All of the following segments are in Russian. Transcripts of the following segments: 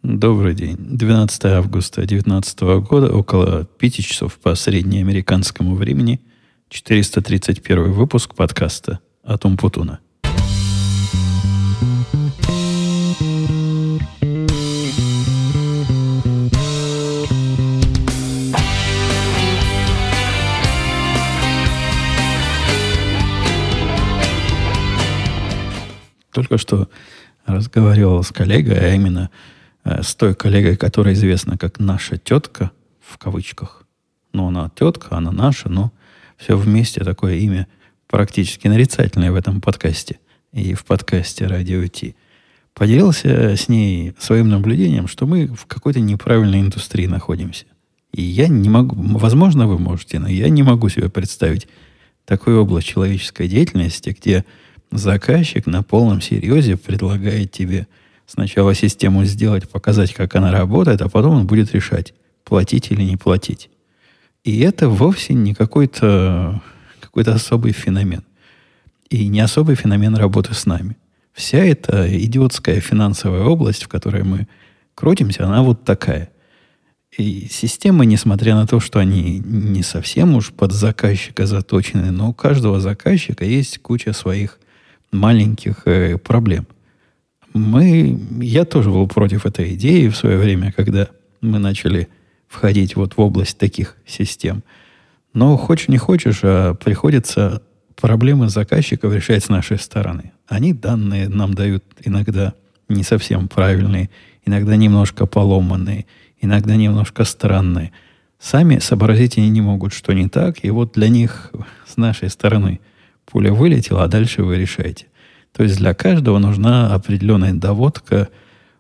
Добрый день. 12 августа 2019 года, около 5 часов по среднеамериканскому времени, 431 выпуск подкаста от Умпутуна. Только что разговаривал с коллегой, а именно с той коллегой, которая известна как наша тетка, в кавычках. Но она тетка, она наша, но все вместе такое имя практически нарицательное в этом подкасте и в подкасте Радио Ти. Поделился с ней своим наблюдением, что мы в какой-то неправильной индустрии находимся. И я не могу, возможно, вы можете, но я не могу себе представить такую область человеческой деятельности, где заказчик на полном серьезе предлагает тебе сначала систему сделать, показать, как она работает, а потом он будет решать, платить или не платить. И это вовсе не какой-то особый феномен. И не особый феномен работы с нами. Вся эта идиотская финансовая область, в которой мы крутимся, она вот такая. И системы, несмотря на то, что они не совсем уж под заказчика заточены, но у каждого заказчика есть куча своих маленьких проблем. Я тоже был против этой идеи в свое время, когда мы начали входить вот в область таких систем. Но хочешь не хочешь, а приходится проблемы заказчиков решать с нашей стороны. Они данные нам дают иногда не совсем правильные, иногда немножко поломанные, иногда немножко странные. Сами сообразить они не могут, что не так, и вот для них с нашей стороны пуля вылетела, а дальше вы решаете. То есть для каждого нужна определенная доводка,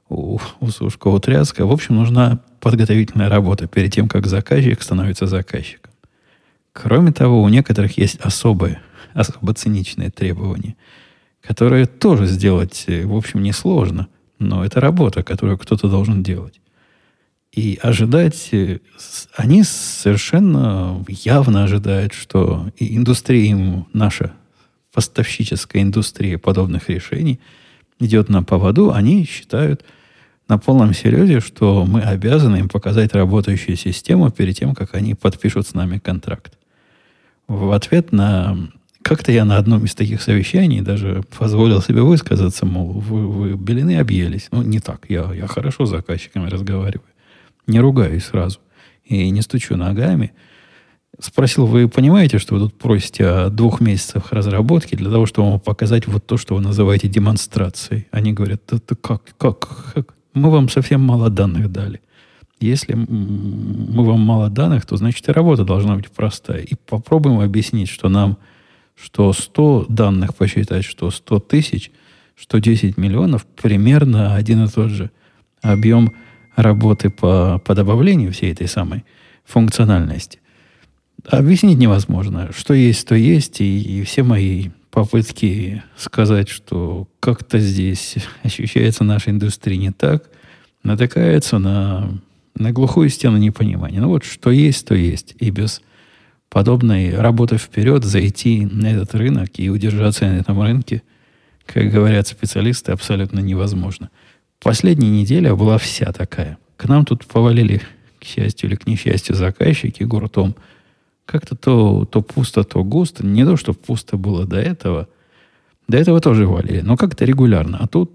усушка, утряска. В общем, нужна подготовительная работа перед тем, как заказчик становится заказчиком. Кроме того, у некоторых есть особо циничные требования, которые тоже сделать, в общем, несложно, но это работа, которую кто-то должен делать. И ожидать, они совершенно явно ожидают, что и индустрия ему, наша поставщическая индустрия подобных решений идет на поводу, они считают на полном серьезе, что мы обязаны им показать работающую систему перед тем, как они подпишут с нами контракт. В ответ на... Как-то я на одном из таких совещаний даже позволил себе высказаться, мол, вы белины объелись. Ну, не так. Я хорошо с заказчиками разговариваю. Не ругаюсь сразу. И не стучу ногами. Спросил, вы понимаете, что вы тут просите о 2 месяцах разработки для того, чтобы вам показать вот то, что вы называете демонстрацией? Они говорят, это как? Мы вам совсем мало данных дали. Если мы вам мало данных, то, значит, и работа должна быть простая. И попробуем объяснить, что 100 данных посчитать, что 100 тысяч, что 10 миллионов, примерно один и тот же объем работы по добавлению всей этой самой функциональности. Объяснить невозможно. Что есть, то есть. И все мои попытки сказать, что как-то здесь ощущается наша индустрия не так, натыкаются на глухую стену непонимания. Ну вот, что есть, то есть. И без подобной работы вперед зайти на этот рынок и удержаться на этом рынке, как говорят специалисты, абсолютно невозможно. Последняя неделя была вся такая. К нам тут повалили, к счастью или к несчастью, заказчики гуртом. Как-то то пусто, то густо. Не то, что пусто было до этого. До этого тоже валили, но как-то регулярно. А тут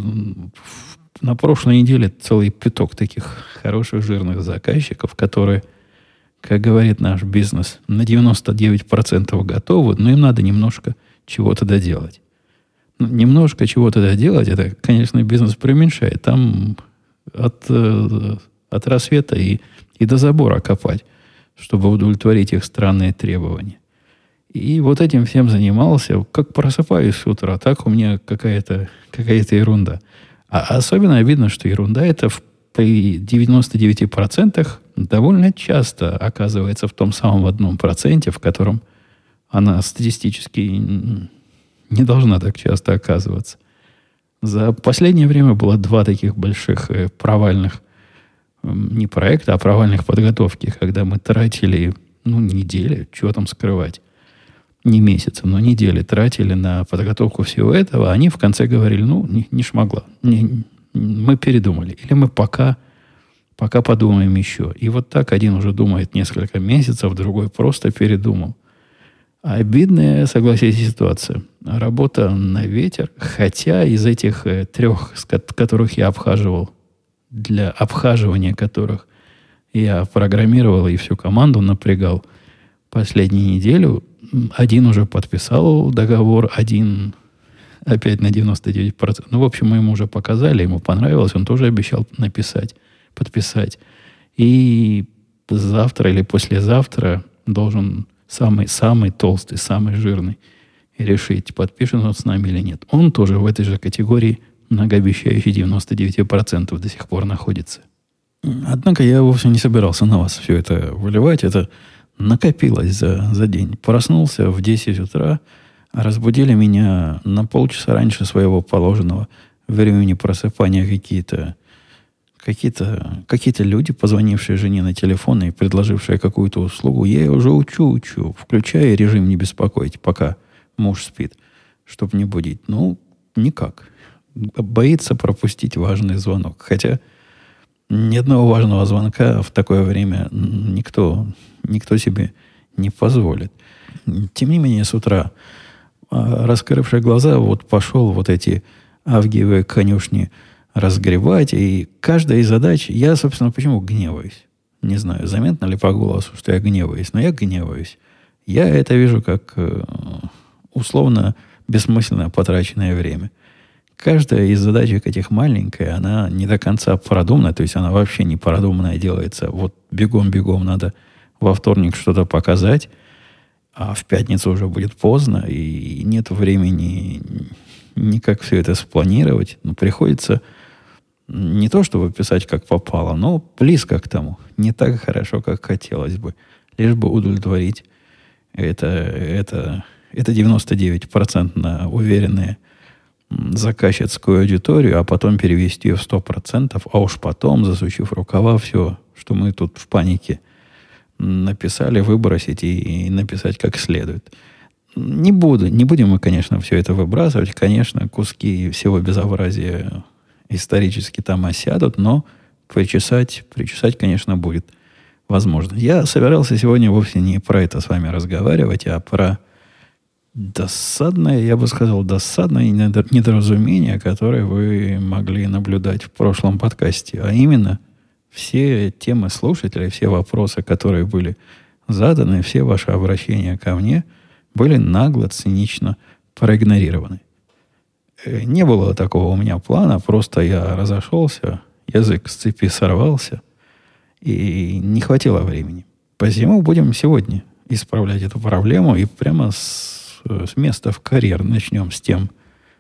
на прошлой неделе целый пяток таких хороших, жирных заказчиков, которые, как говорит наш бизнес, на 99% готовы, но им надо немножко чего-то доделать. Немножко чего-то доделать, это, конечно, бизнес преуменьшает. Там от рассвета и до забора копать, чтобы удовлетворить их странные требования. И вот этим всем занимался. Как просыпаюсь с утра, так у меня какая-то ерунда. А особенно обидно, что ерунда это при 99% довольно часто оказывается в том самом 1%, в котором она статистически не должна так часто оказываться. За последнее время было 2 таких больших провальных не проекта, а провальных подготовки, когда мы тратили, недели, чего там скрывать, не месяца, но недели тратили на подготовку всего этого, они в конце говорили, не шмогла, не Мы передумали. Или мы пока подумаем еще. И вот так один уже думает несколько месяцев, другой просто передумал. Обидная, согласитесь, ситуация. Работа на ветер, хотя из этих трех, которых я обхаживал, для обхаживания которых я программировал и всю команду напрягал последнюю неделю, один уже подписал договор, один опять на 99%. Ну, в общем, мы ему уже показали, ему понравилось, он тоже обещал подписать. И завтра или послезавтра должен самый толстый, самый жирный решить, подпишет он с нами или нет. Он тоже в этой же категории многообещающий 99% до сих пор находится. Однако я вовсе не собирался на вас все это выливать. Это накопилось за день. Проснулся в 10 утра, разбудили меня на полчаса раньше своего положенного времени просыпания какие-то люди, позвонившие жене на телефон и предложившие какую-то услугу. Я ее уже учу. Включая режим не беспокоить, пока муж спит, чтобы не будить. Ну, никак. Боится пропустить важный звонок. Хотя ни одного важного звонка в такое время никто себе не позволит. Тем не менее, с утра, раскрывшие глаза, вот пошел вот эти авгиевые конюшни разгребать. И каждая из задач... Я, собственно, почему гневаюсь? Не знаю, заметно ли по голосу, что я гневаюсь. Но я гневаюсь. Я это вижу как условно бессмысленно потраченное время. Каждая из задачек этих маленькая, она не до конца продуманная, то есть она вообще не продуманная делается. Вот бегом-бегом надо во вторник что-то показать, а в пятницу уже будет поздно, и нет времени никак все это спланировать. Но приходится не то, чтобы писать как попало, но близко к тому. Не так хорошо, как хотелось бы. Лишь бы удовлетворить это 99% уверенные заказчицкую аудиторию, а потом перевести ее в 100%, а уж потом, засучив рукава, все, что мы тут в панике написали, выбросить и написать как следует. Не будем мы, конечно, все это выбрасывать. Конечно, куски всего безобразия исторически там осядут, но причесать, конечно, будет возможно. Я собирался сегодня вовсе не про это с вами разговаривать, а про досадное недоразумение, которое вы могли наблюдать в прошлом подкасте. А именно, все темы слушателей, все вопросы, которые были заданы, все ваши обращения ко мне были нагло, цинично проигнорированы. Не было такого у меня плана, просто я разошелся, язык с цепи сорвался, и не хватило времени. Посему будем сегодня исправлять эту проблему, и прямо с места в карьер начнем с тем,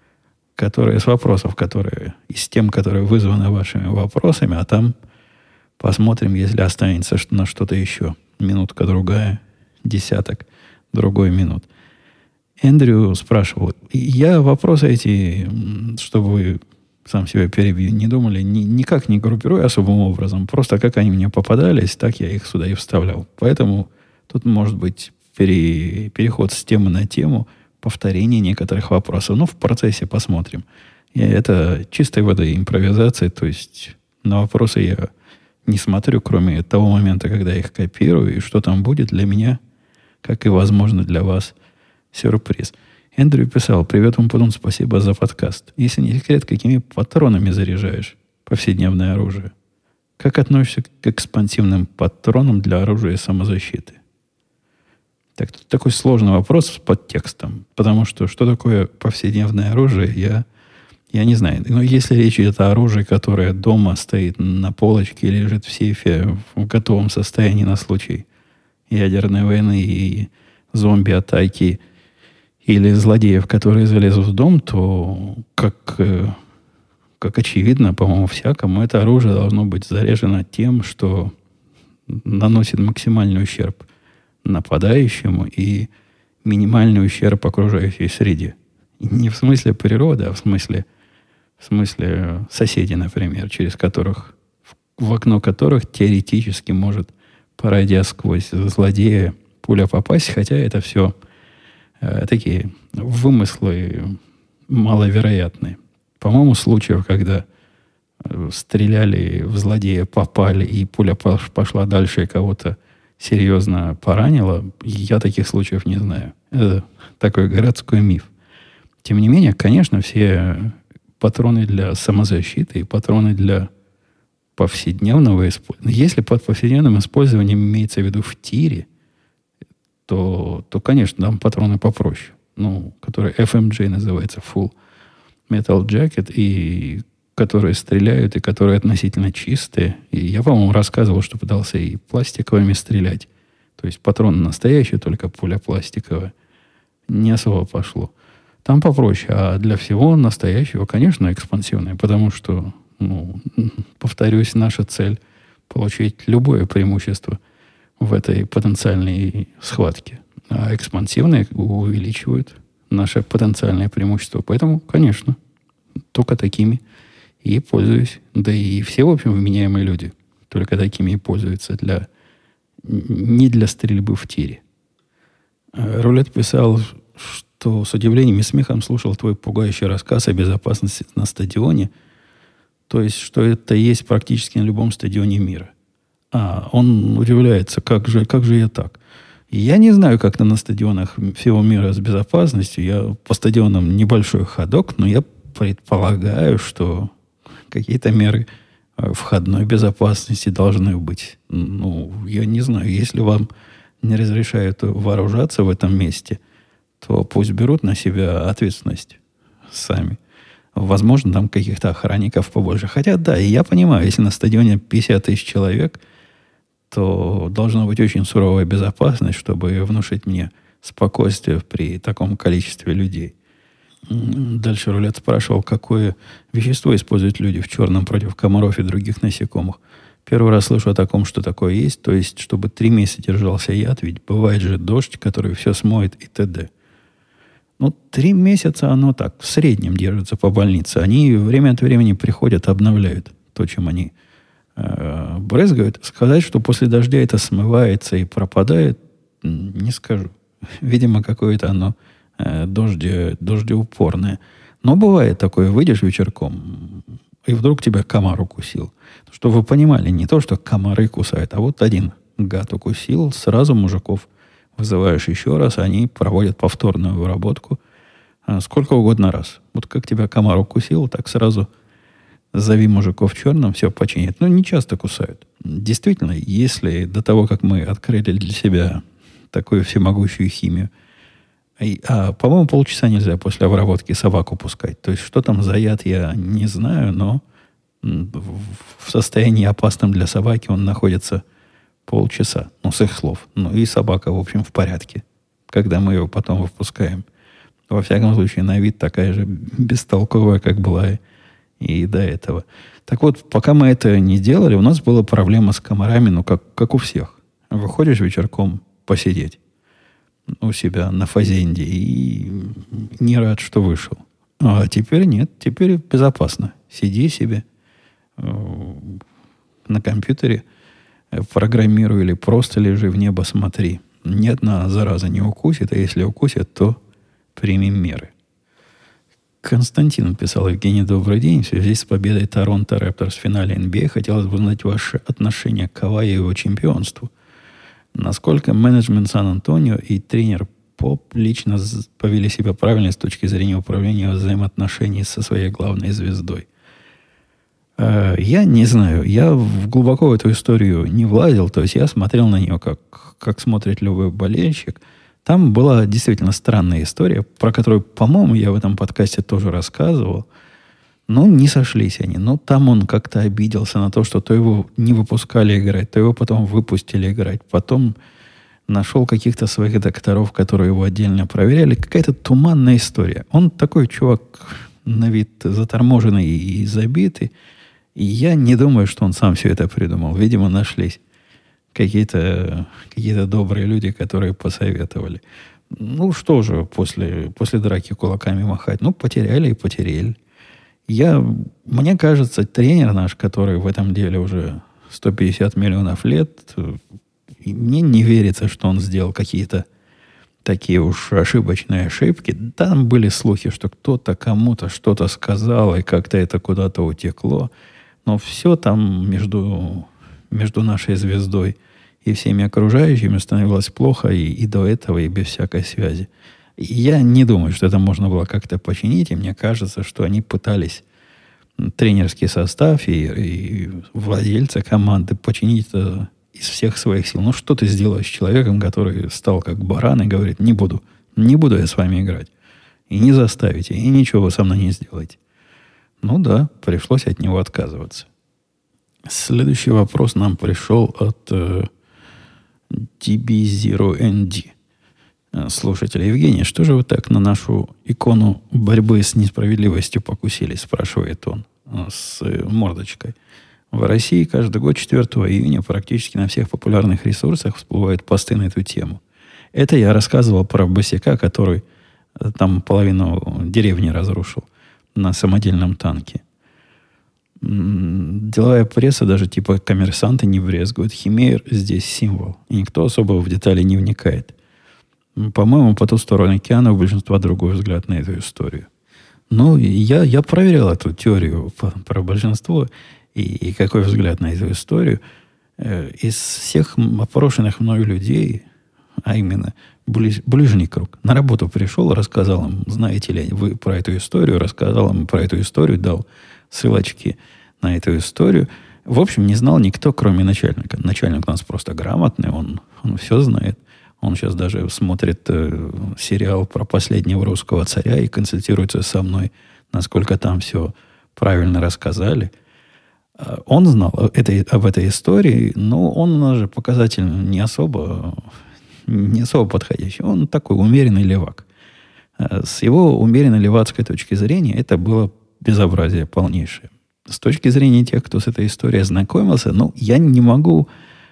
с вопросов, которые вызваны вашими вопросами, а там посмотрим, если останется на что-то еще. Минутка другая, десяток другой минут. Эндрю спрашивал. Я вопросы эти, чтобы вы сам себя перебью, не думали, никак не группирую особым образом. Просто как они мне попадались, так я их сюда и вставлял. Поэтому тут может быть переход с темы на тему, повторение некоторых вопросов. Но в процессе посмотрим. И это чистой воды импровизация, то есть на вопросы я не смотрю, кроме того момента, когда я их копирую, и что там будет для меня, как и, возможно, для вас, сюрприз. Эндрю писал: «Привет, Умпутун, спасибо за подкаст. Если не секрет, какими патронами заряжаешь повседневное оружие? Как относишься к экспансивным патронам для оружия самозащиты?» Так, тут такой сложный вопрос с подтекстом, потому что такое повседневное оружие, я не знаю. Но если речь идет о оружии, которое дома стоит на полочке или лежит в сейфе в готовом состоянии на случай ядерной войны и зомби-атаки или злодеев, которые залезут в дом, то, как очевидно, по-моему, всякому, это оружие должно быть заряжено тем, что наносит максимальный ущерб нападающему и минимальный ущерб окружающей среде. И не в смысле природы, а в смысле соседей, например, в окно которых теоретически может, пройдя сквозь злодея, пуля попасть, хотя это все такие вымыслы маловероятные. По-моему, случаев, когда стреляли в злодея, попали, и пуля пошла дальше и кого-то серьезно поранила. Я таких случаев не знаю. Это такой городской миф. Тем не менее, конечно, все патроны для самозащиты и патроны для повседневного использования. Если под повседневным использованием имеется в виду в тире, то конечно, там патроны попроще. Ну, которые FMJ называется, Full Metal Jacket, и которые стреляют, и которые относительно чистые. И я, по-моему, рассказывал, что пытался и пластиковыми стрелять. То есть патрон настоящий, только пуля пластиковая. Не особо пошло. Там попроще. А для всего настоящего, конечно, экспансивное. Потому что, повторюсь, наша цель получить любое преимущество в этой потенциальной схватке. А экспансивные увеличивают наше потенциальное преимущество. Поэтому, конечно, только такими и пользуюсь. Да и все, в общем, вменяемые люди только такими и пользуются не для стрельбы в тире. Рулет писал, что с удивлением и смехом слушал твой пугающий рассказ о безопасности на стадионе. То есть, что это есть практически на любом стадионе мира. Он удивляется, как же я так? Я не знаю, как на стадионах всего мира с безопасностью. Я по стадионам небольшой ходок, но я предполагаю, что какие-то меры входной безопасности должны быть. Я не знаю, если вам не разрешают вооружаться в этом месте, то пусть берут на себя ответственность сами. Возможно, там каких-то охранников побольше. Хотя, да, и я понимаю, если на стадионе 50 тысяч человек, то должна быть очень суровая безопасность, чтобы внушить мне спокойствие при таком количестве людей. Дальше Рулет спрашивал, какое вещество используют люди в черном против комаров и других насекомых. Первый раз слышу о таком, что такое есть. То есть, чтобы 3 месяца держался яд, ведь бывает же дождь, который все смоет и т.д. 3 месяца оно так, в среднем держится по больнице. Они время от времени приходят, обновляют то, чем они брызгают. Сказать, что после дождя это смывается и пропадает, не скажу. Видимо, какое-то оно дождеупорное. Но бывает такое, выйдешь вечерком, и вдруг тебя комар укусил. Чтобы вы понимали, не то, что комары кусают, а вот один гад укусил, сразу мужиков вызываешь еще раз, они проводят повторную выработку сколько угодно раз. Вот как тебя комар укусил, так сразу зови мужиков в черном, все починят. Не часто кусают. Действительно, если до того, как мы открыли для себя такую всемогущую химию, по-моему, полчаса нельзя после обработки собаку пускать. То есть, что там за яд, я не знаю, но в состоянии опасном для собаки он находится полчаса. С их слов. И собака, в общем, в порядке, когда мы его потом выпускаем. Во всяком случае, на вид такая же бестолковая, как была и до этого. Так вот, пока мы это не делали, у нас была проблема с комарами, как у всех. Выходишь вечерком посидеть у себя на фазенде и не рад, что вышел. А теперь нет, теперь безопасно. Сиди себе на компьютере, программируй или просто лежи в небо, смотри. Ни одна зараза не укусит, а если укусит, то примем меры. Константин писал: Евгений, добрый день. В связи с победой Торонто Репторс в финале NBA хотелось бы узнать ваше отношение к Кавай и его чемпионству. Насколько менеджмент Сан-Антонио и тренер Поп лично повели себя правильно с точки зрения управления взаимоотношений со своей главной звездой? Я не знаю. Я глубоко в эту историю не влазил. То есть я смотрел на нее, как смотрит любой болельщик. Там была действительно странная история, про которую, по-моему, я в этом подкасте тоже рассказывал. Не сошлись они. Там он как-то обиделся на то, что то его не выпускали играть, то его потом выпустили играть. Потом нашел каких-то своих докторов, которые его отдельно проверяли. Какая-то туманная история. Он такой чувак на вид заторможенный и забитый. И я не думаю, что он сам все это придумал. Видимо, нашлись какие-то добрые люди, которые посоветовали. Что же после драки кулаками махать? Потеряли и потеряли. Мне кажется, тренер наш, который в этом деле уже 150 миллионов лет, мне не верится, что он сделал какие-то такие уж ошибочные ошибки. Там были слухи, что кто-то кому-то что-то сказал, и как-то это куда-то утекло. Но все там между нашей звездой и всеми окружающими становилось плохо и до этого, и без всякой связи. И я не думаю, что это можно было как-то починить, и мне кажется, что они пытались тренерский состав и владельца команды починить это из всех своих сил. Ну, что ты сделаешь с человеком, который стал как баран и говорит, не буду я с вами играть. И не заставите, и ничего вы со мной не сделаете. Ну да, пришлось от него отказываться. Следующий вопрос нам пришел от DB0ND. Слушатель Евгений, что же вы так на нашу икону борьбы с несправедливостью покусились, спрашивает он с мордочкой. В России каждый год 4 июня практически на всех популярных ресурсах всплывают посты на эту тему. Это я рассказывал про босяка, который там половину деревни разрушил на самодельном танке. Деловая пресса, даже типа коммерсанты не брезгуют. Химер здесь символ. И никто особо в детали не вникает. По-моему, по ту сторону океана у большинства другой взгляд на эту историю. Ну, я проверял эту теорию про большинство и какой взгляд на эту историю. Из всех опрошенных мною людей, а именно ближний круг, на работу пришел, рассказал им, знаете ли вы про эту историю, рассказал им про эту историю, дал ссылочки на эту историю. В общем, не знал никто, кроме начальника. Начальник у нас просто грамотный, он все знает. Он сейчас даже смотрит сериал про последнего русского царя и консультируется со мной, насколько там все правильно рассказали. Он знал об этой истории, но он у нас же показательно не особо подходящий. Он такой умеренный левак. С его умеренной левацкой точки зрения это было безобразие полнейшее. С точки зрения тех, кто с этой историей знакомился, я не могу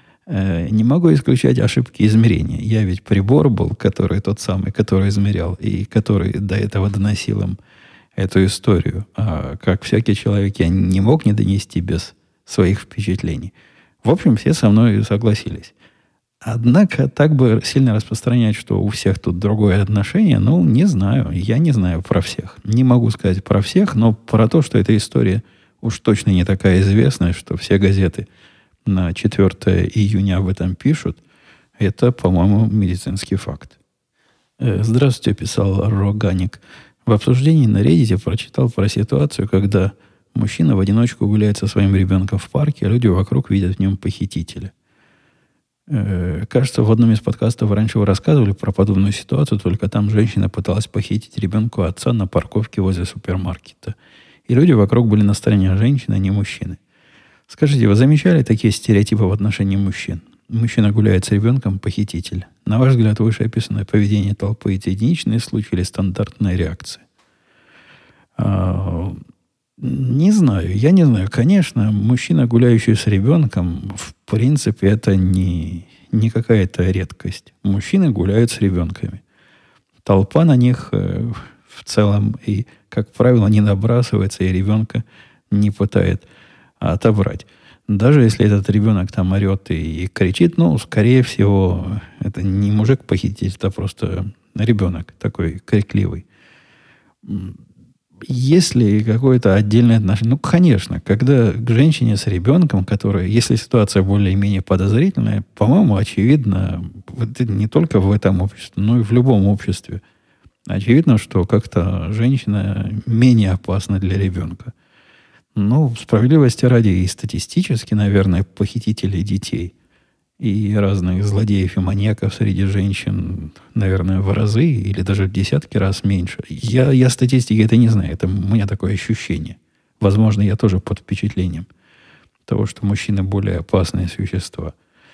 исключать ошибки измерения. Я ведь прибор был, тот самый, который измерял, и который до этого доносил им эту историю. А как всякий человек, я не мог не донести без своих впечатлений. В общем, все со мной согласились. Однако так бы сильно распространять, что у всех тут другое отношение, не знаю. Я не знаю про всех. Не могу сказать про всех, но про то, что эта история уж точно не такая известная, что все газеты на 4 июня об этом пишут, это, по-моему, медицинский факт. Здравствуйте, писал Роганик. В обсуждении на Reddit прочитал про ситуацию, когда мужчина в одиночку гуляет со своим ребенком в парке, а люди вокруг видят в нем похитителя. Кажется, в одном из подкастов раньше вы рассказывали про подобную ситуацию, только там женщина пыталась похитить ребенка отца на парковке возле супермаркета. И люди вокруг были на стороне женщины, а не мужчины. Скажите, вы замечали такие стереотипы в отношении мужчин? Мужчина гуляет с ребенком, похититель. На ваш взгляд, вышеописанное поведение толпы – это единичный случай или стандартная реакция? Не знаю. Я не знаю. Конечно, мужчина, гуляющий с ребенком, в принципе, это не какая-то редкость. Мужчины гуляют с ребенками. Толпа на них в целом и, как правило, не набрасывается, и ребенка не пытает отобрать. Даже если этот ребенок там орет и кричит, скорее всего, это не мужик-похититель, это просто ребенок такой крикливый. Если какое-то отдельное отношение, конечно, когда к женщине с ребенком, если ситуация более-менее подозрительная, по-моему, очевидно, не только в этом обществе, но и в любом обществе, очевидно, что как-то женщина менее опасна для ребенка. Справедливости ради и статистически, наверное, похитителей детей и разных злодеев и маньяков среди женщин, наверное, в разы или даже в десятки раз меньше. Я статистики это не знаю. Это у меня такое ощущение. Возможно, я тоже под впечатлением того, что мужчины более опасные существа.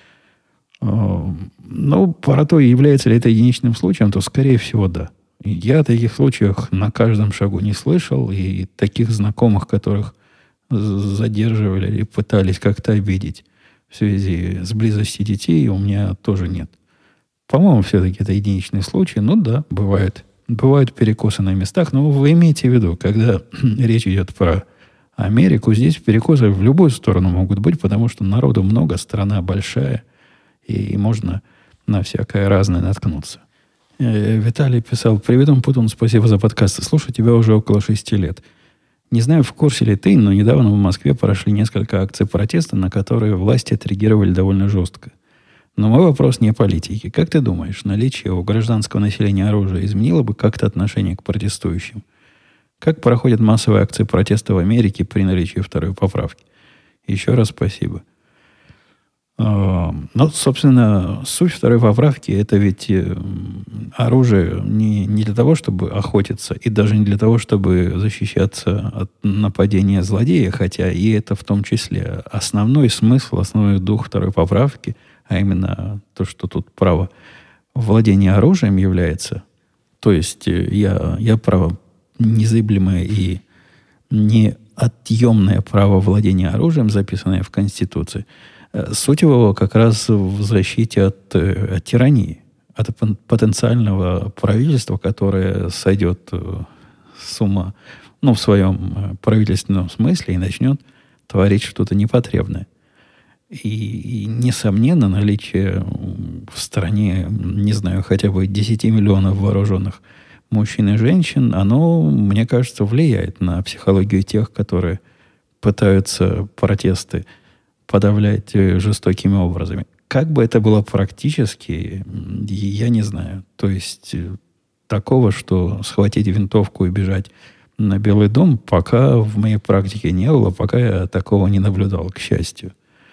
Про то, является ли это единичным случаем, то, скорее всего, да. Я о таких случаях на каждом шагу не слышал, и таких знакомых, которых задерживали или пытались как-то обидеть в связи с близостью детей, у меня тоже нет. По-моему, все-таки это единичный случай. Да, бывают перекосы на местах, но вы имеете в виду, когда речь идет про Америку, здесь перекосы в любую сторону могут быть, потому что народу много, страна большая, и можно на всякое разное наткнуться. Виталий писал: «Привет, Путун, спасибо за подкасты. Слушаю тебя уже около 6 лет. Не знаю, в курсе ли ты, но недавно в Москве прошли несколько акций протеста, на которые власти отреагировали довольно жестко. Но мой вопрос не о политике. Как ты думаешь, наличие у гражданского населения оружия изменило бы как-то отношение к протестующим? Как проходят массовые акции протеста в Америке при наличии второй поправки? Еще раз спасибо. Ну, собственно, суть второй поправки – это ведь оружие не для того, чтобы охотиться, и даже не для того, чтобы защищаться от нападения злодея, хотя и это в том числе основной смысл, основной дух второй поправки, а именно то, что тут право владения оружием является, то есть я право незыблемое и неотъемное право владения оружием, записанное в Конституции. Суть его как раз в защите от тирании, от потенциального правительства, которое сойдет с ума, в своем правительственном смысле и начнет творить что-то непотребное. И несомненно, наличие в стране, не знаю, хотя бы 10 миллионов вооруженных мужчин и женщин, оно, мне кажется, влияет на психологию тех, которые пытаются протесты подавлять жестокими образами. Как бы это было практически, я не знаю. То есть такого, что схватить винтовку и бежать на Белый дом, пока в моей практике не было, пока я такого не наблюдал, к счастью.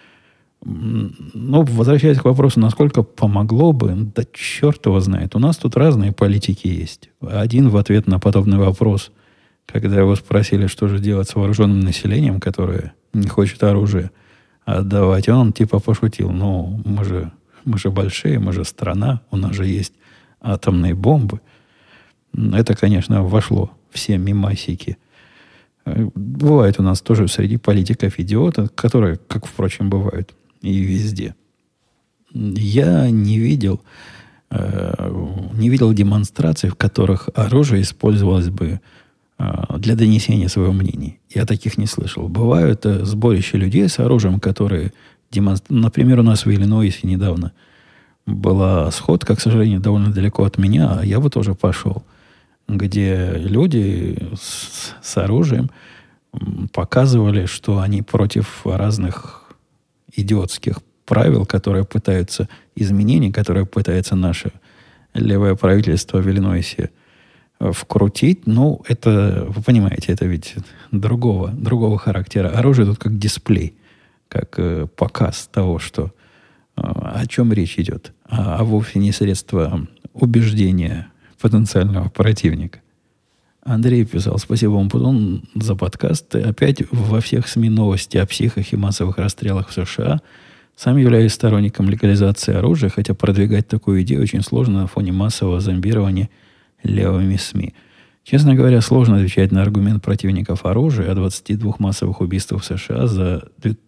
Но, возвращаясь к вопросу, насколько помогло бы, да черт его знает. У нас тут разные политики есть. Один в ответ на подобный вопрос, когда его спросили, что же делать с вооруженным населением, которое не хочет оружия отдавать, он типа пошутил: ну, мы же большие, мы же страна, у нас же есть атомные бомбы. Это, конечно, вошло все мимасики. Бывает у нас тоже среди политиков идиоты, которые, как, впрочем, бывают и везде. Я не видел демонстраций, в которых оружие использовалось бы для донесения своего мнения. Я таких не слышал. Бывают сборища людей с оружием, которые Например, у нас в Иллинойсе недавно была сходка, к сожалению, довольно далеко от меня, а я бы тоже пошел, где люди с оружием показывали, что они против разных идиотских правил, которые пытаются, изменений, которые пытается наше левое правительство в Иллинойсе вкрутить. Ну, это, вы понимаете, это ведь другого характера. Оружие тут как дисплей, как показ того, что, о чем речь идет, а вовсе не средство убеждения потенциального противника. Андрей писал: спасибо вам, Путун, за подкаст. Опять во всех СМИ новости о психах и массовых расстрелах в США. Сам являюсь сторонником легализации оружия, хотя продвигать такую идею очень сложно на фоне массового зомбирования левыми СМИ. Честно говоря, сложно отвечать на аргумент противников оружия о 22 массовых убийствах в США за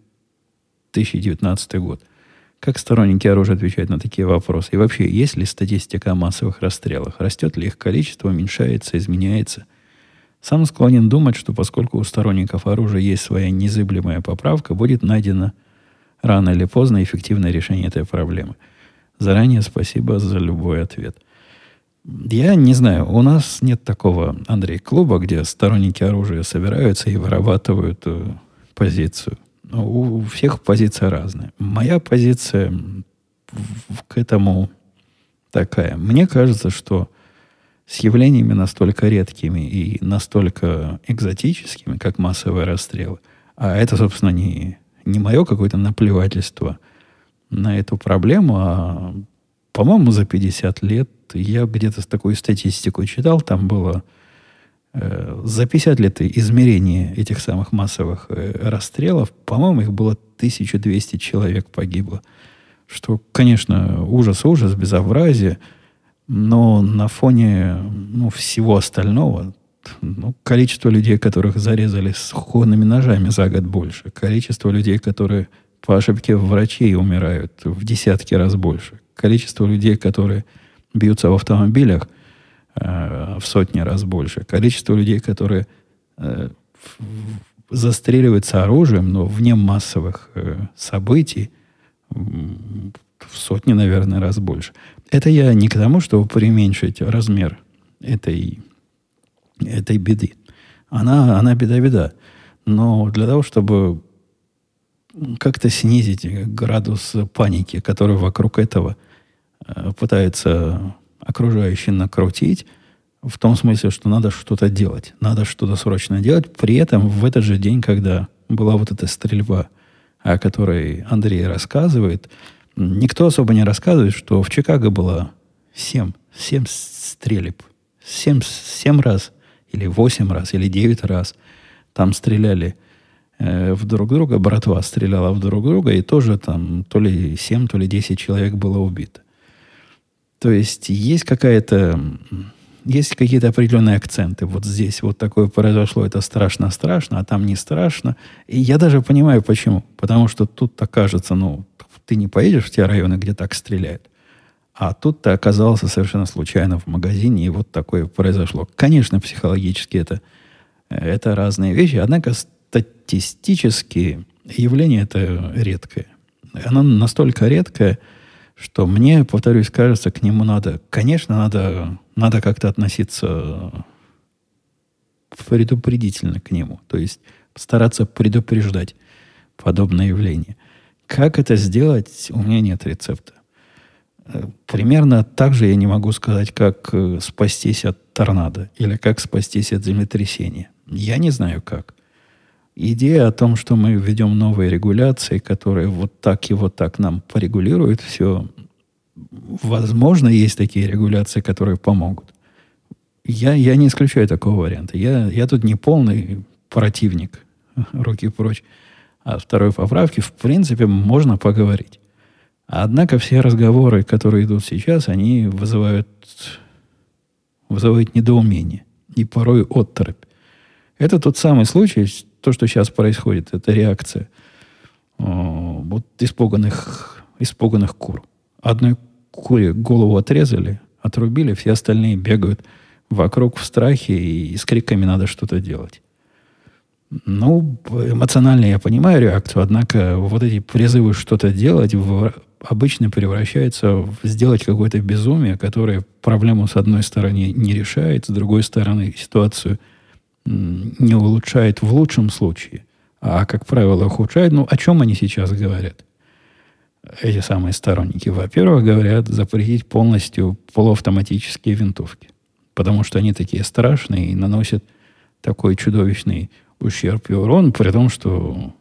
2019 год. Как сторонники оружия отвечают на такие вопросы? И вообще, есть ли статистика о массовых расстрелах? Растет ли их количество, уменьшается, изменяется? Сам склонен думать, что поскольку у сторонников оружия есть своя незыблемая поправка, будет найдено рано или поздно эффективное решение этой проблемы. Заранее спасибо за любой ответ. Я не знаю, у нас нет такого, Андрей, клуба, где сторонники оружия собираются и вырабатывают позицию. У всех позиция разная. Моя позиция к этому такая. Мне кажется, что с явлениями настолько редкими и настолько экзотическими, как массовые расстрелы, а это, собственно, не мое какое-то наплевательство на эту проблему, а, по-моему, за 50 лет я где-то такую статистику читал, там было за 50 лет измерения этих самых массовых расстрелов, по-моему, их было 1200 человек погибло. Что, конечно, ужас, безобразие, но на фоне всего остального, количество людей, которых зарезали с кухонными ножами за год больше, количество людей, которые по ошибке врачей умирают, в десятки раз больше, количество людей, которые бьются в автомобилях, в сотни раз больше. Количество людей, которые застреливаются оружием, но вне массовых событий, в сотни, наверное, раз больше. Это я не к тому, чтобы преуменьшить размер этой беды. она беда-беда. Но для того, чтобы как-то снизить градус паники, который вокруг этого пытаются окружающие накрутить, в том смысле, что надо что-то делать, надо что-то срочно делать. При этом в этот же день, когда была вот эта стрельба, о которой Андрей рассказывает, никто особо не рассказывает, что в Чикаго было 7 стрельб. 7 раз, или 8 раз, или 9 раз. Там стреляли в друг друга, братва стреляла в друг друга, и тоже там то ли 7, то ли 10 человек было убито. То есть есть какие-то определенные акценты. Вот здесь вот такое произошло, это страшно-страшно, а там не страшно. И я даже понимаю, почему. Потому что тут-то кажется, ты не поедешь в те районы, где так стреляют. А тут ты оказался совершенно случайно в магазине, и вот такое произошло. Конечно, психологически это разные вещи, однако статистически явление это редкое. Оно настолько редкое, что мне, повторюсь, кажется, к нему надо как-то относиться предупредительно к нему. То есть стараться предупреждать подобное явление. Как это сделать, у меня нет рецепта. Примерно так же я не могу сказать, как спастись от торнадо или как спастись от землетрясения. Я не знаю как. Идея о том, что мы введем новые регуляции, которые вот так и вот так нам порегулируют все, возможно, есть такие регуляции, которые помогут. Я не исключаю такого варианта. Я тут не полный противник, руки прочь, от второй поправки. В принципе, можно поговорить. Однако все разговоры, которые идут сейчас, они вызывают недоумение и порой отторопь. Это тот самый случай, то, что сейчас происходит, это реакция вот испуганных кур. Одной куре голову отрезали, отрубили, все остальные бегают вокруг в страхе и с криками надо что-то делать. Эмоционально я понимаю реакцию, однако вот эти призывы что-то делать обычно превращаются в сделать какое-то безумие, которое проблему с одной стороны не решает, с другой стороны ситуацию не улучшает в лучшем случае, а, как правило, ухудшает. О чем они сейчас говорят? Эти самые сторонники. Во-первых, говорят запретить полностью полуавтоматические винтовки, потому что они такие страшные и наносят такой чудовищный ущерб и урон, при том, что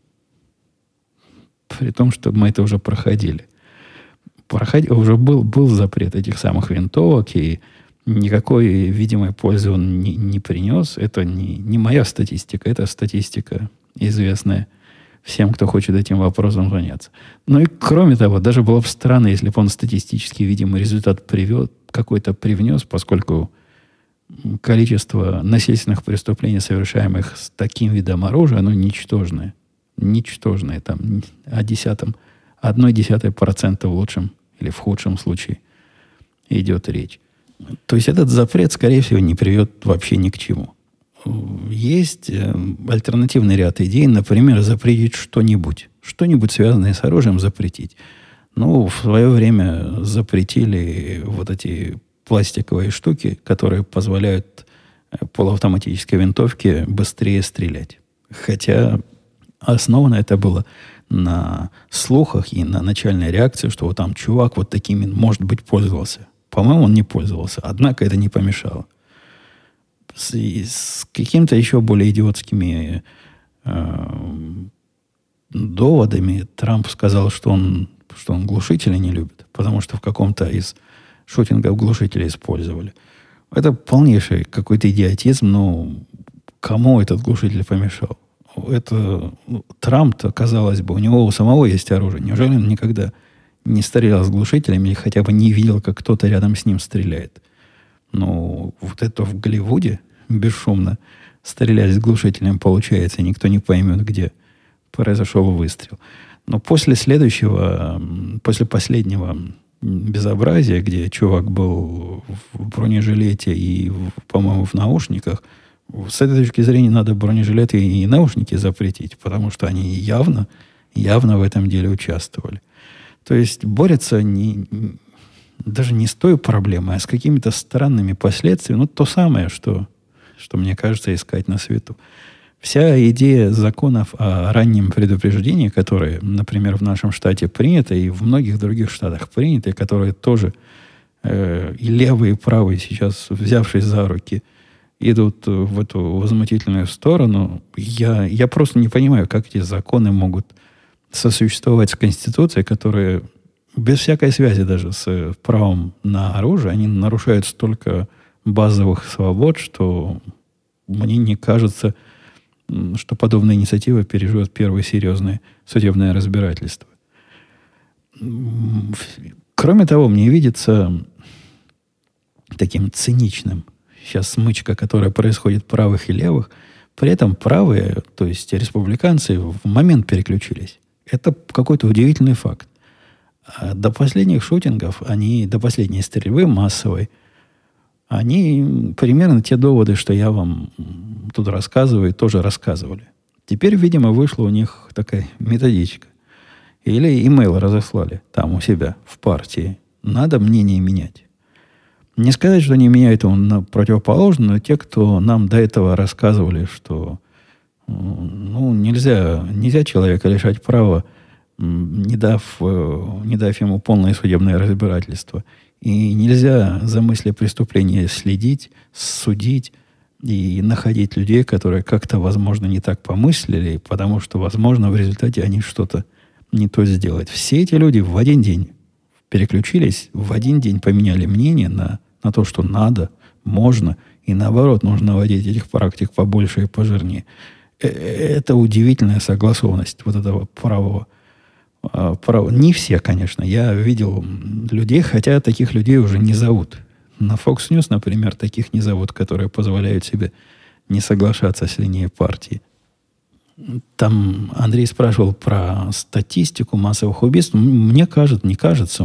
мы это уже проходили. Уже был запрет этих самых винтовок, и никакой видимой пользы он не принес. Это не моя статистика, это статистика, известная всем, кто хочет этим вопросом заняться. И кроме того, даже было бы странно, если бы он статистически видимый результат какой-то привнес, поскольку количество насильственных преступлений, совершаемых с таким видом оружия, оно ничтожное. Ничтожное. Там о 0,1% в лучшем или в худшем случае идет речь. То есть этот запрет, скорее всего, не приведет вообще ни к чему. Есть альтернативный ряд идей, например, запретить что-нибудь. Что-нибудь, связанное с оружием, запретить. В свое время запретили вот эти пластиковые штуки, которые позволяют полуавтоматической винтовке быстрее стрелять. Хотя основано это было на слухах и на начальной реакции, что вот там чувак вот такими, может быть, пользовался. По-моему, он не пользовался. Однако это не помешало. С какими-то еще более идиотскими доводами Трамп сказал, что он глушители не любит, потому что в каком-то из шутингов глушители использовали. Это полнейший какой-то идиотизм, но кому этот глушитель помешал? Трамп-то, казалось бы, у него у самого есть оружие. Неужели он никогда не стрелял с глушителями или хотя бы не видел, как кто-то рядом с ним стреляет? Вот это в Голливуде бесшумно стрелять с глушителем получается, и никто не поймет, где произошел выстрел. Но после последнего безобразия, где чувак был в бронежилете и, по-моему, в наушниках, с этой точки зрения надо бронежилеты и наушники запретить, потому что они явно в этом деле участвовали. То есть борются даже не с той проблемой, а с какими-то странными последствиями. То самое, что что мне кажется, искать на свету. Вся идея законов о раннем предупреждении, которые, например, в нашем штате приняты, и в многих других штатах приняты, которые тоже и левые, и правые сейчас, взявшись за руки, идут в эту возмутительную сторону. Я просто не понимаю, как эти законы могут сосуществовать с Конституцией, которая без всякой связи даже с правом на оружие, они нарушают столько базовых свобод, что мне не кажется, что подобная инициатива переживет первое серьезное судебное разбирательство. Кроме того, мне видится таким циничным сейчас смычка, которая происходит правых и левых. При этом правые, то есть республиканцы, в момент переключились. Это какой-то удивительный факт. До последних шутингов, до последней стрельбы массовой, они примерно те доводы, что я вам тут рассказываю, тоже рассказывали. Теперь, видимо, вышла у них такая методичка. Или имейл разослали там у себя в партии. Надо мнение менять. Не сказать, что они меняют его на противоположное, но те, кто нам до этого рассказывали, что нельзя человека лишать права, не дав ему полное судебное разбирательство. И нельзя за мысли преступления следить, судить и находить людей, которые как-то, возможно, не так помыслили, потому что, возможно, в результате они что-то не то сделают. Все эти люди в один день переключились, в один день поменяли мнение на то, что надо, можно, и наоборот, нужно вводить этих практик побольше и пожирнее. Это удивительная согласованность вот этого правого. Не все, конечно. Я видел людей, хотя таких людей уже не зовут. На Fox News, например, таких не зовут, которые позволяют себе не соглашаться с линией партии. Там Андрей спрашивал про статистику массовых убийств. Мне кажется, не кажется,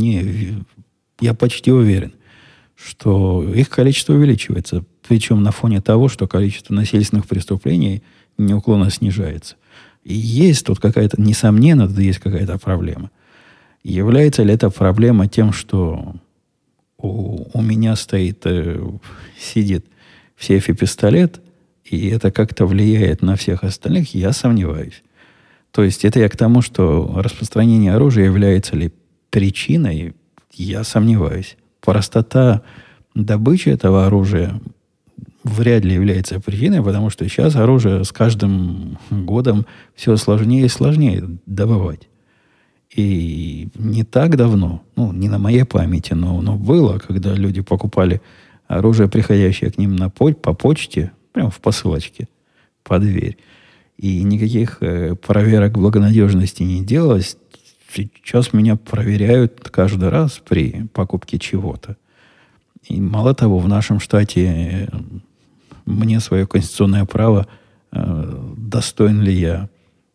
я почти уверен, что их количество увеличивается. Причем на фоне того, что количество насильственных преступлений неуклонно снижается. И есть тут какая-то, несомненно, тут есть какая-то проблема. Является ли эта проблема тем, что у меня сидит в сейфе пистолет, и это как-то влияет на всех остальных, я сомневаюсь. То есть это я к тому, что распространение оружия является ли причиной, я сомневаюсь. Простота добычи этого оружия вряд ли является причиной, потому что сейчас оружие с каждым годом все сложнее и сложнее добывать. И не так давно, не на моей памяти, но было, когда люди покупали оружие, приходящее к ним по почте, прямо в посылочке, по дверь. И никаких проверок благонадежности не делалось. Сейчас меня проверяют каждый раз при покупке чего-то. И мало того, в нашем штате мне свое конституционное право, достоин ли я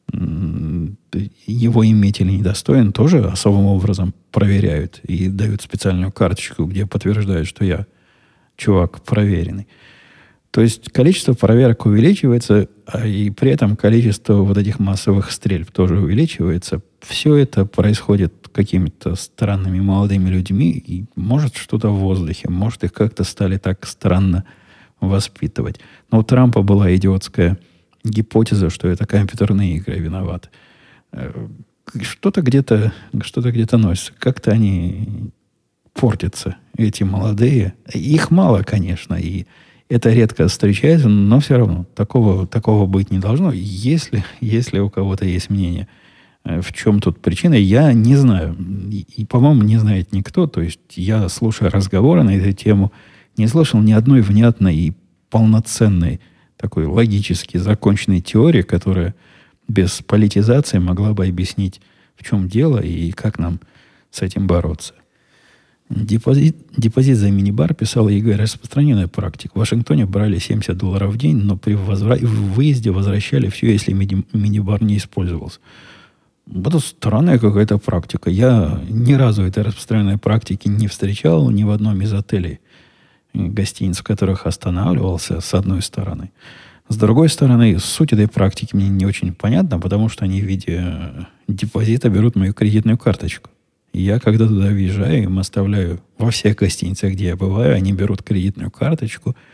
его иметь или недостоин, тоже особым образом проверяют и дают специальную карточку, где подтверждают, что я чувак проверенный. То есть количество проверок увеличивается, и при этом количество вот этих массовых стрельб тоже увеличивается. Все это происходит какими-то странными молодыми людьми, и может что-то в воздухе, может их как-то стали так странно воспитывать. Но у Трампа была идиотская гипотеза, что это компьютерные игры виноваты. Что-то где-то носится. Как-то они портятся, эти молодые. Их мало, конечно, и это редко встречается, но все равно такого быть не должно. Если у кого-то есть мнение, в чем тут причина, я не знаю. И, по-моему, не знает никто. То есть я, слушая разговоры на эту тему, не слышал ни одной внятной и полноценной такой логически законченной теории, которая без политизации могла бы объяснить, в чем дело и как нам с этим бороться. Депозит за мини-бар, писал Игорь, распространенная практика. В Вашингтоне брали $70 в день, но при выезде возвращали все, если мини-бар не использовался. Это странная какая-то практика. Я ни разу этой распространенной практики не встречал ни в одном из отелей, гостиниц, в которых останавливался, с одной стороны. С другой стороны, суть этой практики мне не очень понятна, потому что они в виде депозита берут мою кредитную карточку. Я, когда туда въезжаю, им оставляю во всех гостиницах, где я бываю, они берут кредитную карточку,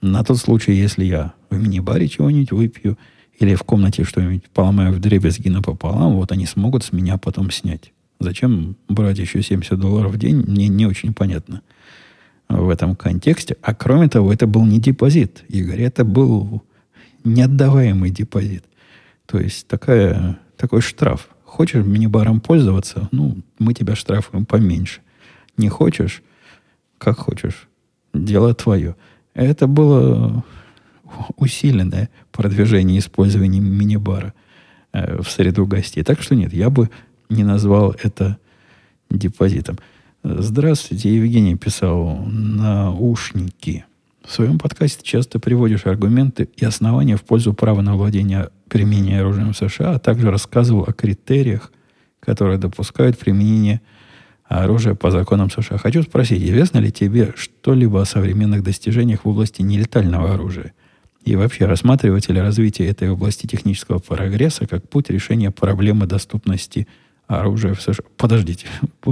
На тот случай, если я в мини-баре чего-нибудь выпью или в комнате что-нибудь поломаю вдребезги напополам, вот они смогут с меня потом снять. Зачем брать еще $70 в день, мне не очень понятно в этом контексте. А кроме того, это был не депозит, Игорь, это был неотдаваемый депозит. То есть такой штраф. Хочешь мини-баром пользоваться, ну, мы тебя штрафуем поменьше. Не хочешь, как хочешь. Дело твое. Это было усиленное продвижение использования мини-бара в среду гостей. Так что нет, я бы не назвал это депозитом. Здравствуйте, Евгений писал, наушники. В своем подкасте часто приводишь аргументы и основания в пользу права на владение применения оружием в США, а также рассказывал о критериях, которые допускают применение оружия по законам США. Хочу спросить, известно ли тебе что-либо о современных достижениях в области нелетального оружия? И вообще, рассматриваете ли развитие этой области технического прогресса как путь решения проблемы доступности оружия в США? Подождите.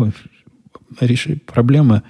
Проблема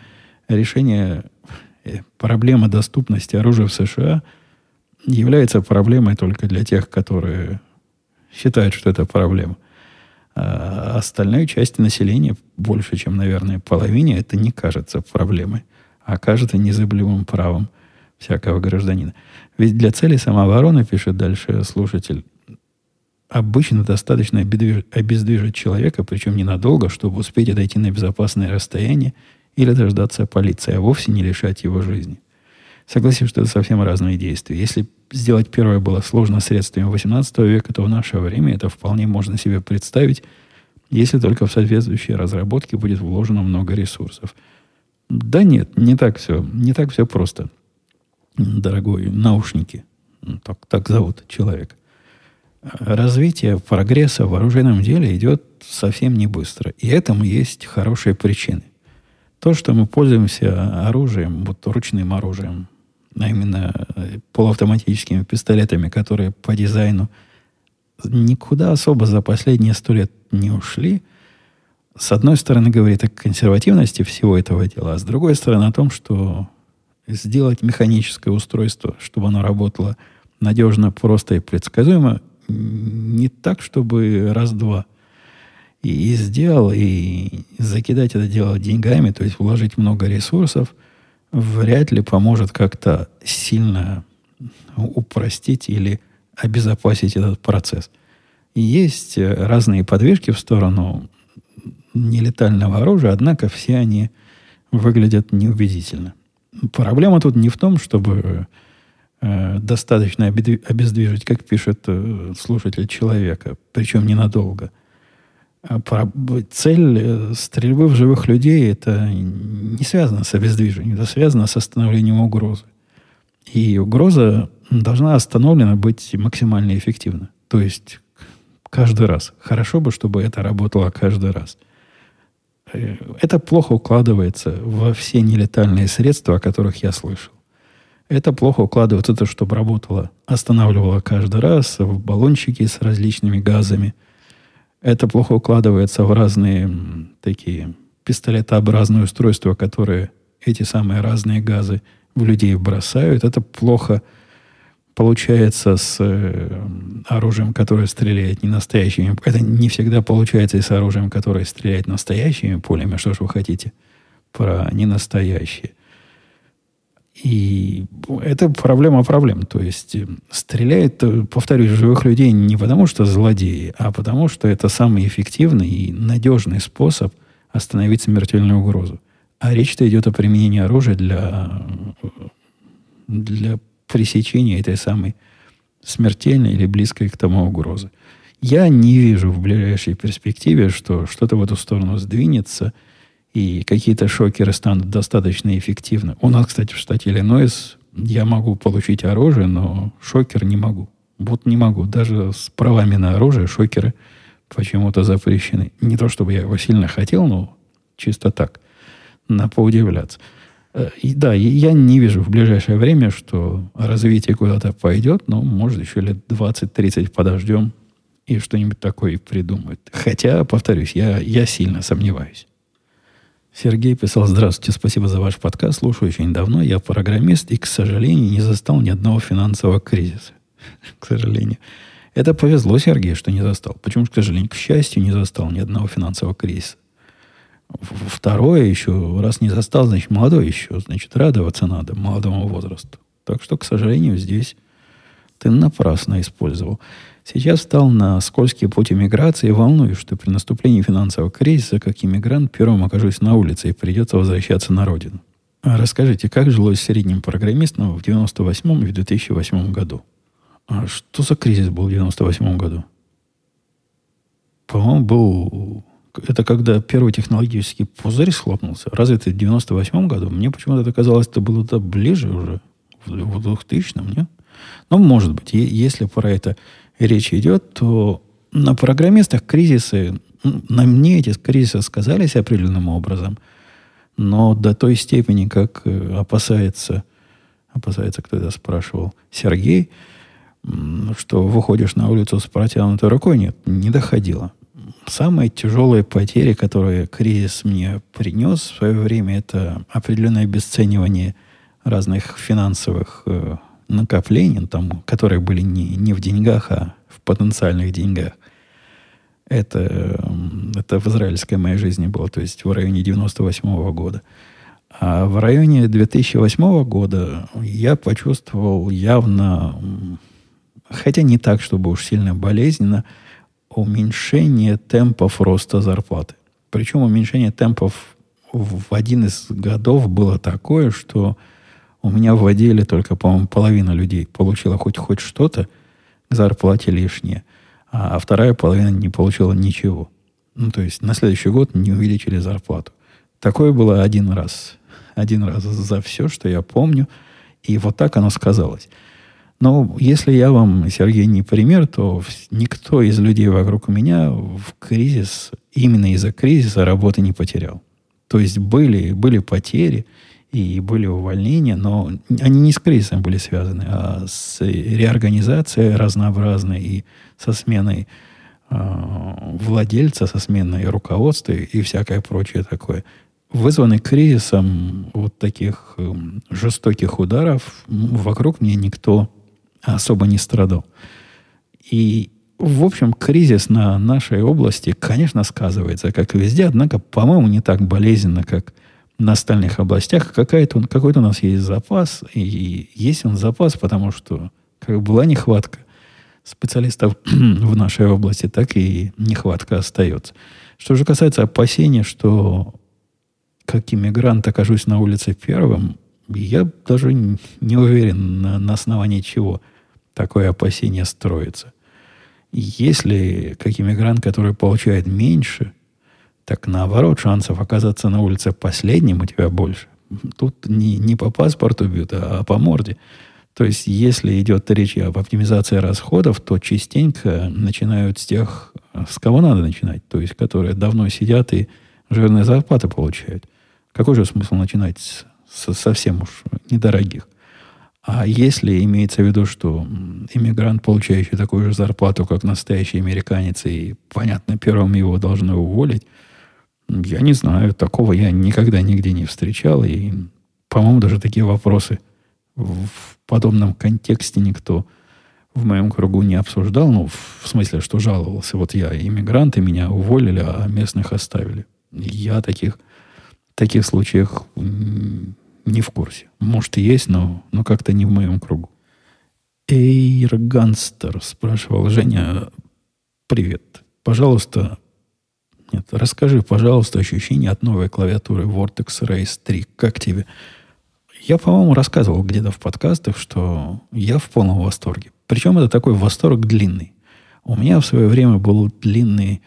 доступности оружия в США является проблемой только для тех, которые считают, что это проблема. А остальной части населения, больше, чем, наверное, половине, это не кажется проблемой, а кажется незыблемым правом всякого гражданина. Ведь для цели самообороны, пишет дальше слушатель, обычно достаточно обездвижить человека, причем ненадолго, чтобы успеть отойти на безопасное расстояние или дождаться полиции, а вовсе не лишать его жизни. Согласен, что это совсем разные действия. Если сделать первое было сложно средствами XVIII века, то в наше время это вполне можно себе представить, если только в соответствующие разработки будет вложено много ресурсов. Да нет, не так все просто, дорогой наушники. Так зовут человека. Развитие прогресса в оружейном деле идет совсем не быстро. И этому есть хорошие причины. То, что мы пользуемся оружием, вот ручным оружием, а именно полуавтоматическими пистолетами, которые по дизайну никуда особо за последние 100 лет не ушли, с одной стороны, говорит о консервативности всего этого дела, а с другой стороны, о том, что сделать механическое устройство, чтобы оно работало надежно, просто и предсказуемо, не так, чтобы раз-два. И сделал, и закидать это дело деньгами, то есть вложить много ресурсов, вряд ли поможет как-то сильно упростить или обезопасить этот процесс. И есть разные подвижки в сторону нелетального оружия, однако все они выглядят неубедительно. Проблема тут не в том, чтобы достаточно обездвижить, как пишет слушатель, человека, причем ненадолго. Цель стрельбы в живых людей это не связано с обездвижением, это связано с остановлением угрозы. И угроза должна остановлена быть максимально эффективно. То есть каждый раз. Хорошо бы, чтобы это работало каждый раз. Это плохо укладывается во все нелетальные средства, о которых я слышал. Это плохо укладывается, это чтобы работало, останавливало каждый раз в баллончики с различными газами. Это плохо укладывается в разные такие пистолетообразные устройства, которые эти самые разные газы в людей бросают. Это плохо получается с оружием, которое стреляет не настоящими. Это не всегда получается и с оружием, которое стреляет настоящими пулями. Что ж вы хотите про ненастоящие? И это проблема проблем. То есть стреляет, повторюсь, живых людей не потому, что злодеи, а потому, что это самый эффективный и надежный способ остановить смертельную угрозу. А речь-то идет о применении оружия для пресечения этой самой смертельной или близкой к тому угрозы. Я не вижу в ближайшей перспективе, что что-то в эту сторону сдвинется, и какие-то шокеры станут достаточно эффективны. У нас, кстати, в штате Иллинойс я могу получить оружие, но шокер не могу. Вот не могу. Даже с правами на оружие шокеры почему-то запрещены. Не то, чтобы я его сильно хотел, но чисто так. На поудивляться. И да, я не вижу в ближайшее время, что развитие куда-то пойдет, но, может, еще лет 20-30 подождем и что-нибудь такое придумают. Хотя, повторюсь, я сильно сомневаюсь. Сергей писал: здравствуйте, спасибо за ваш подкаст. Слушаю очень давно. Я программист и, к сожалению, не застал ни одного финансового кризиса. К сожалению. Это повезло Сергею, что не застал. Почему, к сожалению, к счастью, не застал ни одного финансового кризиса. Второе еще, раз не застал, значит, молодой еще. Значит, радоваться надо молодому возрасту. Так что, к сожалению, здесь ты напрасно использовал. Сейчас встал на скользкий путь иммиграции и волнуюсь, что при наступлении финансового кризиса, как иммигрант, первым окажусь на улице и придется возвращаться на родину. А расскажите, как жилось средним программистам в 98 и в 2008 году? А что за кризис был в 98 году? По-моему, был... Это когда первый технологический пузырь схлопнулся. Разве это в 98 году? Мне почему-то это казалось, это было ближе уже, в 2000-м, нет? Ну, может быть, если про это речь идет, то на программистах кризисы, на мне эти кризисы сказались определенным образом, но до той степени, как опасается, кто это спрашивал, Сергей, что выходишь на улицу с протянутой рукой, нет, не доходило. Самые тяжелые потери, которые кризис мне принес в свое время, это определенное обесценивание разных финансовых накоплений, там, которые были не в деньгах, а в потенциальных деньгах. Это в израильской моей жизни было, то есть в районе 98 года. А в районе 2008 года я почувствовал явно, хотя не так, чтобы уж сильно болезненно, уменьшение темпов роста зарплаты. Причем уменьшение темпов в один из годов было такое, что у меня в отделе только, по-моему, половина людей получила хоть что-то к зарплате лишнее, а вторая половина не получила ничего. Ну, то есть на следующий год не увеличили зарплату. Такое было один раз. Один раз за все, что я помню. И вот так оно сказалось. Но если я вам, Сергей, не пример, то никто из людей вокруг меня в кризис, именно из-за кризиса работы не потерял. То есть были потери и были увольнения, но они не с кризисом были связаны, а с реорганизацией разнообразной и со сменой владельца, со сменой руководства и всякое прочее такое. Вызванный кризисом вот таких жестоких ударов, вокруг меня никто особо не страдал. И, в общем, кризис на нашей области, конечно, сказывается, как и везде, однако, по-моему, не так болезненно, как на остальных областях. Какой-то у нас есть запас, и есть он запас, потому что как была нехватка специалистов в нашей области, так и нехватка остается. Что же касается опасения, что как иммигрант окажусь на улице первым, я даже не уверен, на основании чего такое опасение строится. Если как иммигрант, который получает меньше, так наоборот, шансов оказаться на улице последним у тебя больше. Тут не по паспорту бьют, а по морде. То есть, если идет речь об оптимизации расходов, то частенько начинают с тех, с кого надо начинать. То есть, которые давно сидят и жирные зарплаты получают. Какой же смысл начинать с совсем уж недорогих? А если имеется в виду, что иммигрант, получающий такую же зарплату, как настоящий американец, и, понятно, первым его должны уволить, я не знаю, такого я никогда нигде не встречал. И, по-моему, даже такие вопросы в подобном контексте никто в моем кругу не обсуждал. Ну, в смысле, что жаловался. Вот я иммигрант, и меня уволили, а местных оставили. Я таких случаях не в курсе. Может, и есть, но как-то не в моем кругу. Эйр Ганстер спрашивал: Женя, привет. Пожалуйста, расскажи, пожалуйста, ощущения от новой клавиатуры Vortex Race 3. Как тебе? Я, по-моему, рассказывал где-то в подкастах, что я в полном восторге. Причем это такой восторг длинный. У меня в свое время был длинный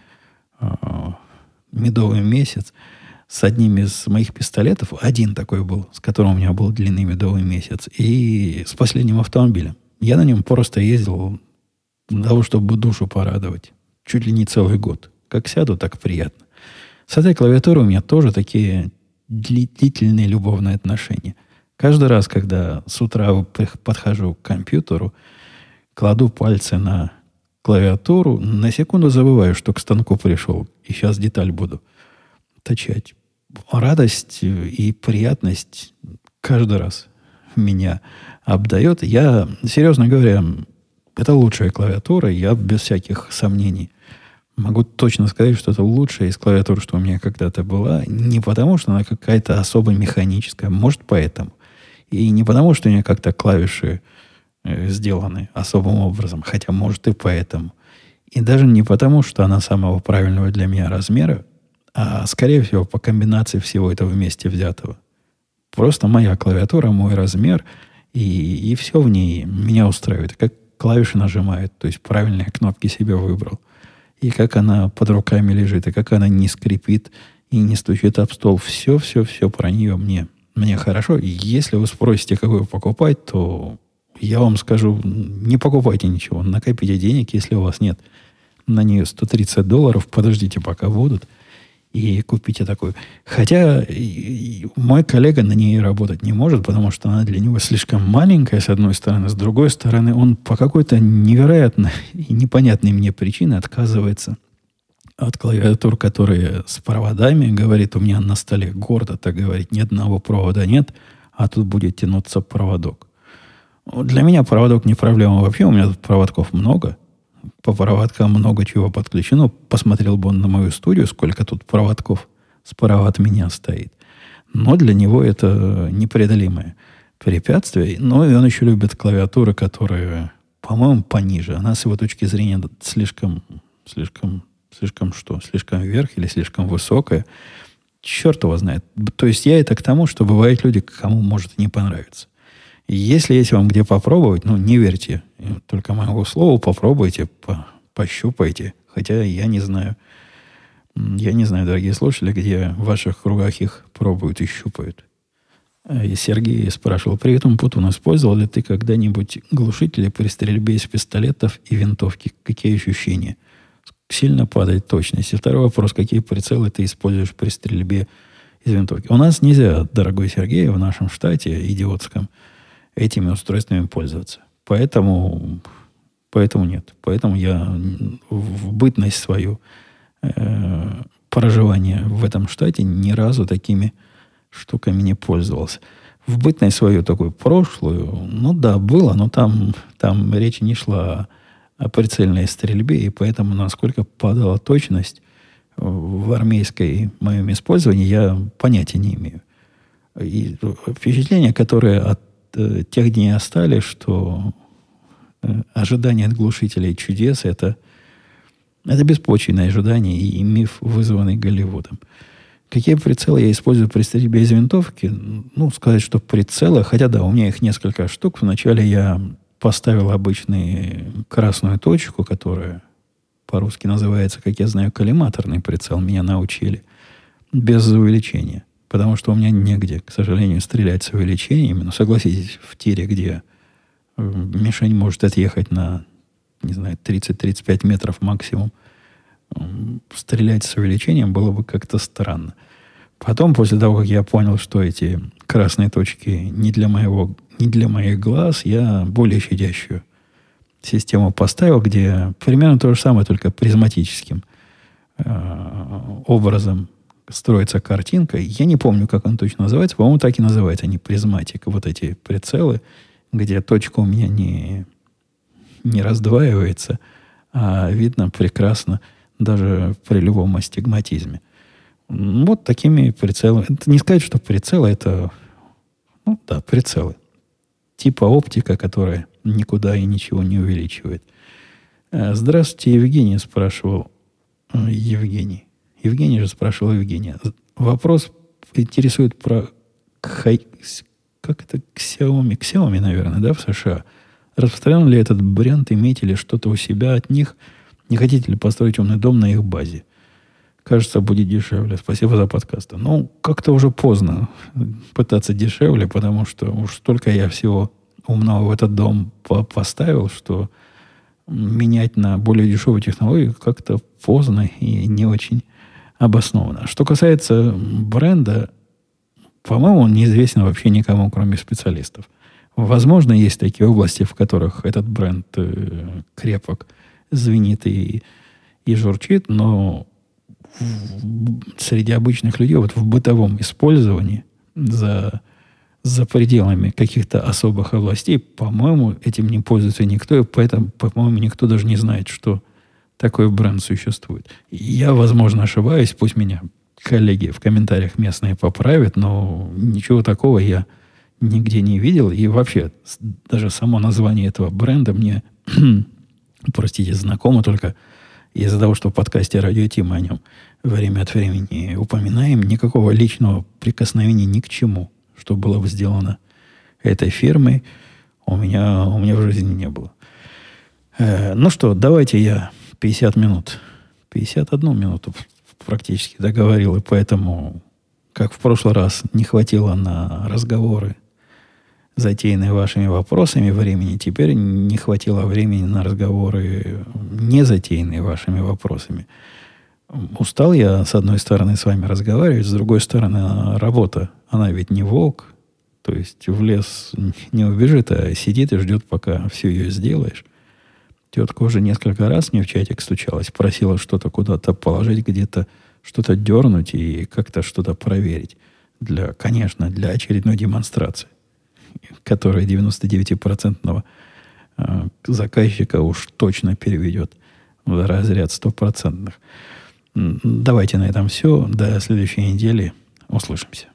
медовый месяц с одним из моих пистолетов. Один такой был, с которым у меня был длинный медовый месяц. И с последним автомобилем. Я на нем просто ездил для того, чтобы душу порадовать. Чуть ли не целый год. Как сяду, так приятно. С этой клавиатурой у меня тоже такие длительные любовные отношения. Каждый раз, когда с утра подхожу к компьютеру, кладу пальцы на клавиатуру, на секунду забываю, что к станку пришел, и сейчас деталь буду точать. радость и приятность каждый раз меня обдает. Я, серьезно говоря, это лучшая клавиатура. Я без всяких сомнений могу точно сказать, что это лучшая из клавиатур, что у меня когда-то была. Не потому, что она какая-то особо механическая. Может, поэтому. И не потому, что у нее как-то клавиши сделаны особым образом. Хотя, может, и поэтому. И даже не потому, что она самого правильного для меня размера, а, скорее всего, по комбинации всего этого вместе взятого. Просто моя клавиатура, мой размер, и все в ней меня устраивает. Как клавиши нажимают, то есть правильные кнопки себе выбрал. И как она под руками лежит, и как она не скрипит и не стучит об стол. Все про нее мне хорошо. И если вы спросите, какую покупать, то я вам скажу, не покупайте ничего. Накопите денег, если у вас нет на нее $130, подождите, пока будут, и купите такую. Хотя мой коллега на ней работать не может, потому что она для него слишком маленькая, с одной стороны. С другой стороны, он по какой-то невероятной и непонятной мне причине отказывается от клавиатур, которые с проводами. Говорит, у меня на столе гордо так говорит, ни одного провода нет, а тут будет тянуться проводок. Для меня проводок не проблема вообще, у меня тут проводков много. По проводкам много чего подключено. Посмотрел бы он на мою студию, сколько тут проводков справа от меня стоит. Но для него это непреодолимое препятствие. Но и он еще любит клавиатуры, которые, по-моему, пониже. Она с его точки зрения слишком вверх или слишком высокая. Черт его знает. То есть я это к тому, что бывают люди, кому может не понравиться. Если есть вам где попробовать, не верьте только моему слову, попробуйте, пощупайте. Хотя я не знаю, дорогие слушатели, где в ваших кругах их пробуют и щупают. И Сергей спрашивал, привет, Умпутун, использовал ли ты когда-нибудь глушители при стрельбе из пистолетов и винтовки? Какие ощущения? Сильно падает точность. И второй вопрос, какие прицелы ты используешь при стрельбе из винтовки? У нас нельзя, дорогой Сергей, в нашем штате идиотском, этими устройствами пользоваться. Поэтому нет. Поэтому я в бытность свою проживания в этом штате ни разу такими штуками не пользовался. В бытность свою такую прошлую, было, но там речь не шла о прицельной стрельбе, и поэтому насколько падала точность в армейской моем использовании, я понятия не имею. И впечатление, которое от тех дней остались, что ожидание от глушителей чудес это беспочвенное ожидание и миф, вызванный Голливудом. Какие прицелы я использую при стрельбе из винтовки? Сказать, что прицелы, хотя да, у меня их несколько штук. Вначале я поставил обычную красную точку, которая по-русски называется, как я знаю, коллиматорный прицел. Меня научили без увеличения. Потому что у меня негде, к сожалению, стрелять с увеличениями. Но согласитесь, в тире, где мишень может отъехать на, 30-35 метров максимум, стрелять с увеличением было бы как-то странно. Потом, после того, как я понял, что эти красные точки не для моих глаз, я более щадящую систему поставил, где примерно то же самое, только призматическим образом строится картинка. Я не помню, как он точно называется. По-моему, так и называется. Они призматик. Вот эти прицелы, где точка у меня не раздваивается, а видно прекрасно даже при любом астигматизме. Вот такими прицелами. Это не сказать, что прицелы это... прицелы. Типа оптика, которая никуда и ничего не увеличивает. Здравствуйте, Евгений спрашивал. Евгений же спрашивал Евгения. Вопрос интересует про как это Xiaomi? Xiaomi, наверное, да, в США. Распространен ли этот бренд? Имеете ли что-то у себя от них? Не хотите ли построить умный дом на их базе? Кажется, будет дешевле. Спасибо за подкаст. Как-то уже поздно пытаться дешевле, потому что уж столько я всего умного в этот дом поставил, что менять на более дешевую технологию как-то поздно и не очень обоснованно. Что касается бренда, по-моему, он неизвестен вообще никому, кроме специалистов. Возможно, есть такие области, в которых этот бренд крепок, звенит и журчит, но среди обычных людей, вот в бытовом использовании, за пределами каких-то особых областей, по-моему, этим не пользуется никто, и поэтому, по-моему, никто даже не знает, что такой бренд существует. Я, возможно, ошибаюсь, пусть меня коллеги в комментариях местные поправят, но ничего такого я нигде не видел. И вообще, даже само название этого бренда мне, простите, знакомо только из-за того, что в подкасте «Радио Ти» мы о нем время от времени упоминаем. Никакого личного прикосновения ни к чему, что было бы сделано этой фирмой, у меня в жизни не было. Ну что, давайте я 51 минуту практически договорил, и поэтому, как в прошлый раз, не хватило на разговоры, затеянные вашими вопросами времени, теперь не хватило времени на разговоры, не затеянные вашими вопросами. Устал я, с одной стороны, с вами разговаривать, с другой стороны, работа, она ведь не волк, то есть в лес не убежит, а сидит и ждет, пока все ее сделаешь. Тетка уже несколько раз мне в чатик стучалась, просила что-то куда-то положить, где-то что-то дернуть и как-то что-то проверить. Конечно, для очередной демонстрации, которая 99% заказчика уж точно переведет в разряд 100%. Давайте на этом все. До следующей недели. Услышимся.